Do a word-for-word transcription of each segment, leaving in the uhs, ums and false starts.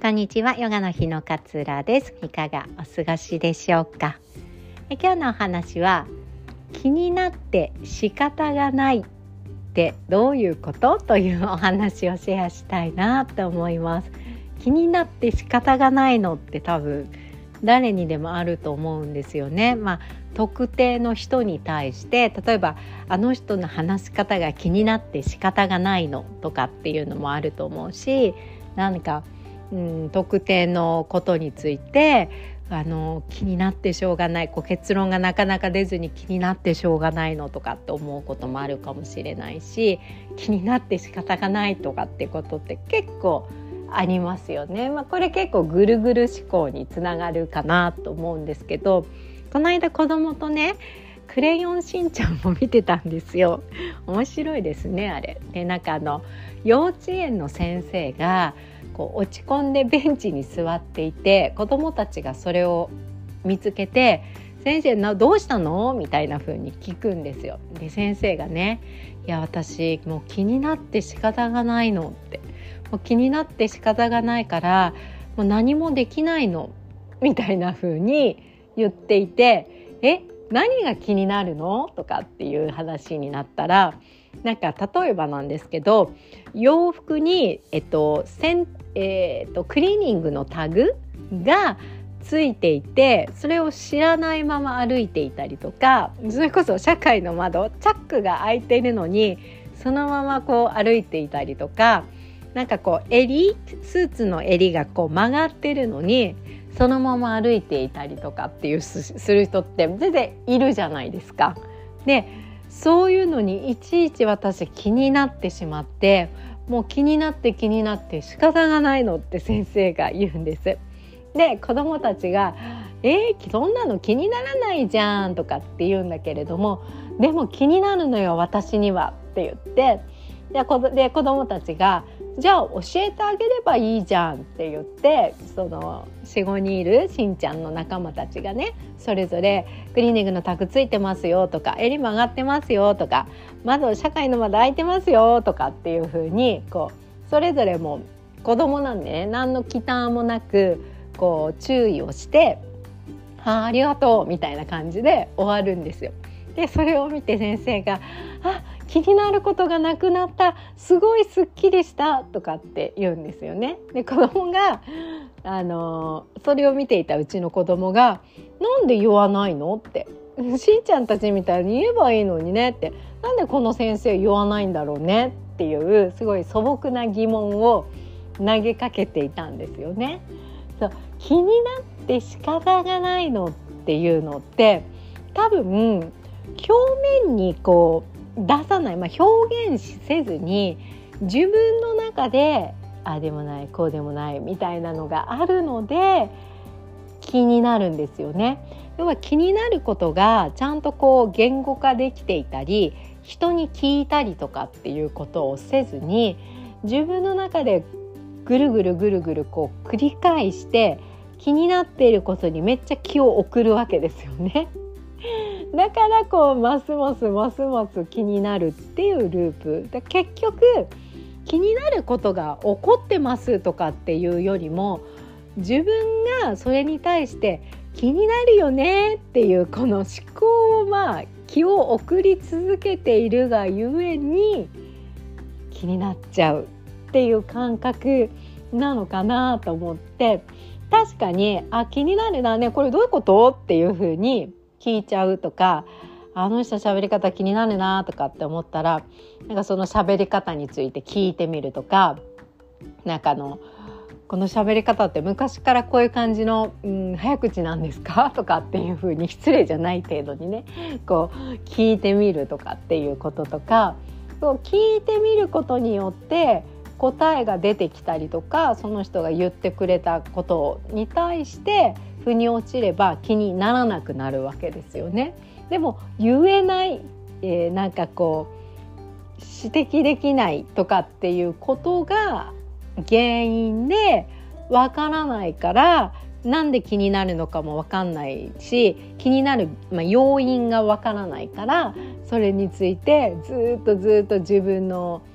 こんにちは、ヨガの日の勝浦です。いかがお過ごしでしょうか。え今日のお話は、気になって仕方がないってどういうことというお話をシェアしたいなと思います。気になって仕方がないのって多分誰にでもあると思うんですよね。まあ、特定の人に対して例えばあの人の話し方が気になって仕方がないのとかっていうのもあると思うし、何か、うん、特定のことについてあの気になってしょうがない、こう結論がなかなか出ずに気になってしょうがないのとかって思うこともあるかもしれないし、気になって仕方がないとかってことって結構ありますよね。まあ、これ結構ぐるぐる思考につながるかなと思うんですけど、この間子供とねクレヨンしんちゃんを見てたんですよ。面白いですねあれで、なんかあの幼稚園の先生がこう落ち込んでベンチに座っていて、子供たちがそれを見つけて、先生などうしたのみたいな風に聞くんですよ。で先生がね、いや私もう気になって仕方がないのって、もう気になって仕方がないからもう何もできないのみたいな風に言っていて、え何が気になるのとかっていう話になったら、なんか例えばなんですけど、洋服に、えっとせんえー、とクリーニングのタグがついていて、それを知らないまま歩いていたりとか、それこそ社会の窓チャックが開いているのにそのままこう歩いていたりとか、なんかこう襟スーツの襟がこう曲がってるのにそのまま歩いていたりとかっていうする人って全然いるじゃないですか。でそういうのにいちいち私気になってしまって、もう気になって気になって仕方がないのって先生が言うんです。で子どもたちがえー、そんなの気にならないじゃんとかって言うんだけれども、でも気になるのよ私にはって言って、で子どもたちがじゃあ教えてあげればいいじゃんって言って、その よん,ご 人いるしんちゃんの仲間たちがね、それぞれクリーニングのタグついてますよとか、襟曲がってますよとか、窓社会の窓開いてますよとかっていう風にこうそれぞれも子供なんでね、何の忌憚もなくこう注意をして、あ, ありがとうみたいな感じで終わるんですよ。でそれを見て先生が、あ気になることがなくなった、すごいすっきりしたとかって言うんですよね。で子供があのそれを見ていたうちの子供が、なんで言わないのって、しんちゃんたちみたいに言えばいいのにねって、なんでこの先生言わないんだろうねっていうすごい素朴な疑問を投げかけていたんですよね。そう気になって仕方がないのっていうのって多分表面にこう出さない、まあ、表現せずに自分の中であでもないこうでもないみたいなのがあるので気になるんですよね。要は気になることがちゃんとこう言語化できていたり、人に聞いたりとかっていうことをせずに、自分の中でぐるぐるぐるぐるこう繰り返して気になっていることにめっちゃ気を送るわけですよね。だからこうますますますます気になるっていうループで、結局気になることが起こってますとかっていうよりも、自分がそれに対して気になるよねっていうこの思考をまあ気を送り続けているがゆえに気になっちゃうっていう感覚なのかなと思って、確かにあ気になるなね、これどういうことっていう風に聞いちゃうとか、あの人喋り方気になるなとかって思ったら、なんかその喋り方について聞いてみるとか、なんかあのこの喋り方って昔からこういう感じの、うん、早口なんですかとかっていう風に失礼じゃない程度にねこう聞いてみるとかっていうこととか、そう聞いてみることによって答えが出てきたりとか、その人が言ってくれたことに対して腑に落ちれば気にならなくなるわけですよね。でも言えない、えー、なんかこう指摘できないとかっていうことが原因でわからないから、なんで気になるのかもわかんないし、気になる、まあ、要因がわからないから、それについてずっとずっと自分の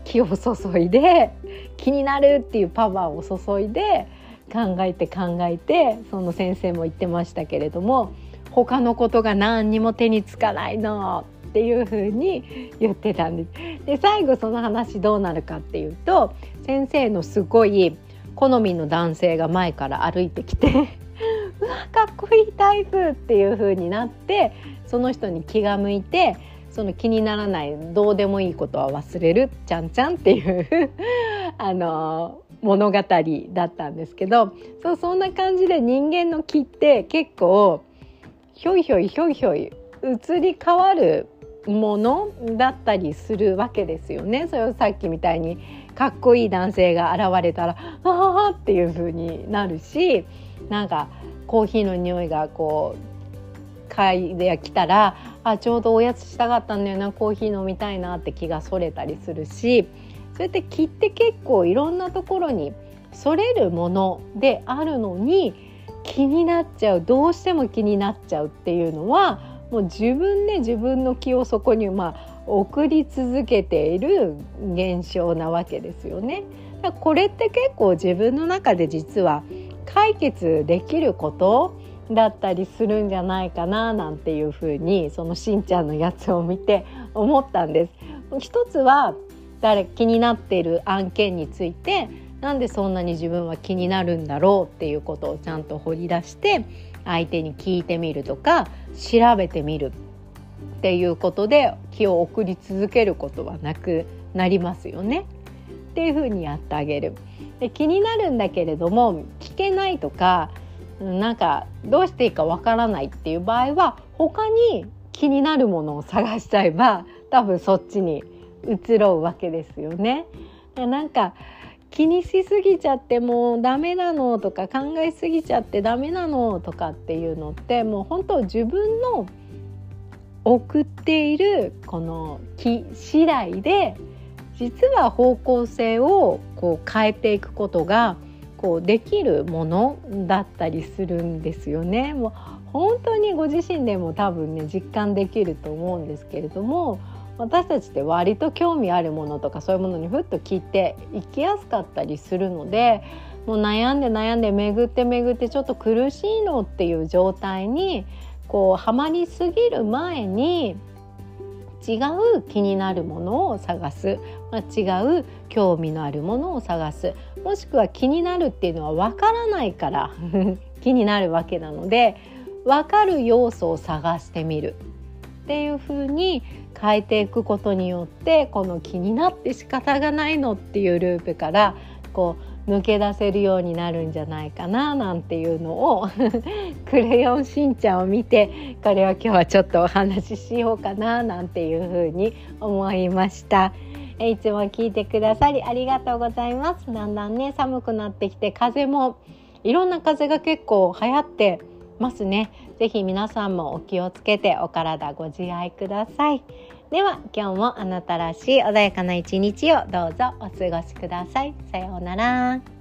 気を注いで、気になるっていうパワーを注いで考えて考えて、その先生も言ってましたけれども、他のことが何にも手につかないのっていう風に言ってたんです。で最後その話どうなるかっていうと、先生のすごい好みの男性が前から歩いてきてうわかっこいいタイプっていう風になって、その人に気が向いて、その気にならないどうでもいいことは忘れるちゃんちゃんっていうあの物語だったんですけど、そうそんな感じで人間の気って結構ひょいひょいひょいひょい移り変わるものだったりするわけですよね。それをさっきみたいにかっこいい男性が現れたらあーっていう風になるし、なんかコーヒーの匂いがこう嗅いできたら、あちょうどおやつしたかったんだよな、コーヒー飲みたいなって気がそれたりするし、そうやって気って結構いろんなところにそれるものであるのに、気になっちゃう、どうしても気になっちゃうっていうのは、もう自分で自分の気をそこにまあ送り続けている現象なわけですよね。だからこれって結構自分の中で実は解決できることだったりするんじゃないかななんていうふうに、そのしんちゃんのやつを見て思ったんです。一つは誰気になっている案件について、なんでそんなに自分は気になるんだろうっていうことをちゃんと掘り出して相手に聞いてみるとか調べてみるっていうことで気を送り続けることはなくなりますよねっていうふうにやってあげる。で気になるんだけれども聞けないとか、なんかどうしていいかわからないっていう場合は、他に気になるものを探しちゃえば多分そっちに移ろうわけですよね。でなんか気にしすぎちゃってもうダメなのとか、考えすぎちゃってダメなのとかっていうのって、もう本当自分の送っているこの気次第で、実は方向性をこう変えていくことがこうできるものだったりするんですよね。もう本当にご自身でも多分ね実感できると思うんですけれども、私たちって割と興味あるものとかそういうものにふっと聞いていきやすかったりするので、もう悩んで悩んで巡って巡ってちょっと苦しいのっていう状態にこうはまりすぎる前に、違う気になるものを探す、まあ、違う興味のあるものを探す、もしくは気になるっていうのは分からないから気になるわけなので、分かる要素を探してみるっていう風に変えていくことによって、この気になって仕方がないのっていうループからこう抜け出せるようになるんじゃないかななんていうのをクレヨンしんちゃんを見て、これは今日はちょっとお話ししようかななんていう風に思いました。いつも聞いてくださりありがとうございます。だんだんね寒くなってきて、風もいろんな風が結構流行ってますね。ぜひ皆さんもお気をつけてお体ご自愛ください。では今日もあなたらしい穏やかな一日をどうぞお過ごしください。さようなら。